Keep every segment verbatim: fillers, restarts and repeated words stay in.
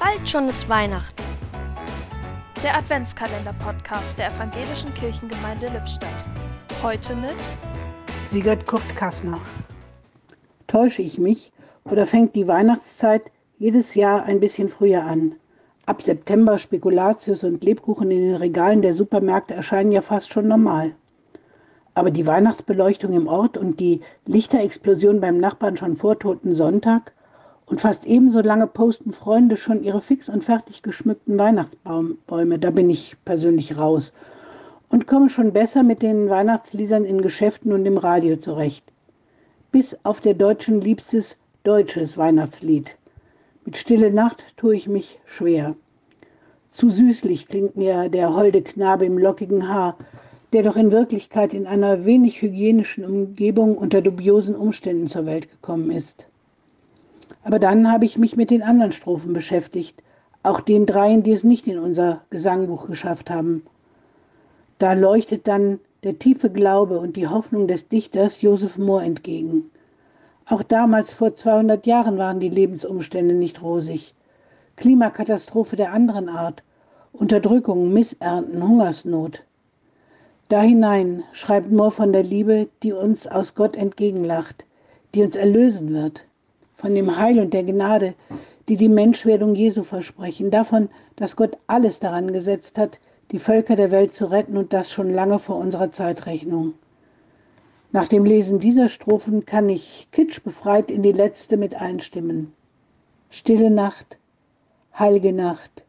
Bald schon ist Weihnachten. Der Adventskalender-Podcast der Evangelischen Kirchengemeinde Lippstadt. Heute mit Sigurd Kurt Kassner. Täusche ich mich oder fängt die Weihnachtszeit jedes Jahr ein bisschen früher an? Ab September Spekulatius und Lebkuchen in den Regalen der Supermärkte erscheinen ja fast schon normal. Aber die Weihnachtsbeleuchtung im Ort und die Lichterexplosion beim Nachbarn schon vor Toten Sonntag und fast ebenso lange posten Freunde schon ihre fix und fertig geschmückten Weihnachtsbäume. Da bin ich persönlich raus und komme schon besser mit den Weihnachtsliedern in Geschäften und im Radio zurecht. Bis auf der Deutschen liebstes deutsches Weihnachtslied. Mit Stille Nacht tue ich mich schwer. Zu süßlich klingt mir der holde Knabe im lockigen Haar, der doch in Wirklichkeit in einer wenig hygienischen Umgebung unter dubiosen Umständen zur Welt gekommen ist. Aber dann habe ich mich mit den anderen Strophen beschäftigt, auch den dreien, die es nicht in unser Gesangbuch geschafft haben. Da leuchtet dann der tiefe Glaube und die Hoffnung des Dichters Joseph Mohr entgegen. Auch damals vor zweihundert Jahren waren die Lebensumstände nicht rosig. Klimakatastrophe der anderen Art, Unterdrückung, Missernten, Hungersnot. Da hinein schreibt Mohr von der Liebe, die uns aus Gott entgegenlacht, die uns erlösen wird. Von dem Heil und der Gnade, die die Menschwerdung Jesu versprechen. Davon, dass Gott alles daran gesetzt hat, die Völker der Welt zu retten und das schon lange vor unserer Zeitrechnung. Nach dem Lesen dieser Strophen kann ich kitschbefreit in die letzte mit einstimmen. Stille Nacht, heilige Nacht.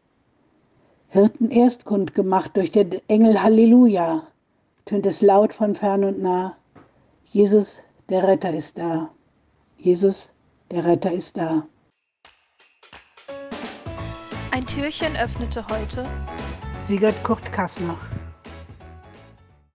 Hirten erst kundgemacht durch den Engel Halleluja, tönt es laut von fern und nah. Jesus, der Retter ist da. Jesus, der Retter ist da. Ein Türchen öffnete heute Sigurd Kurt Kassner.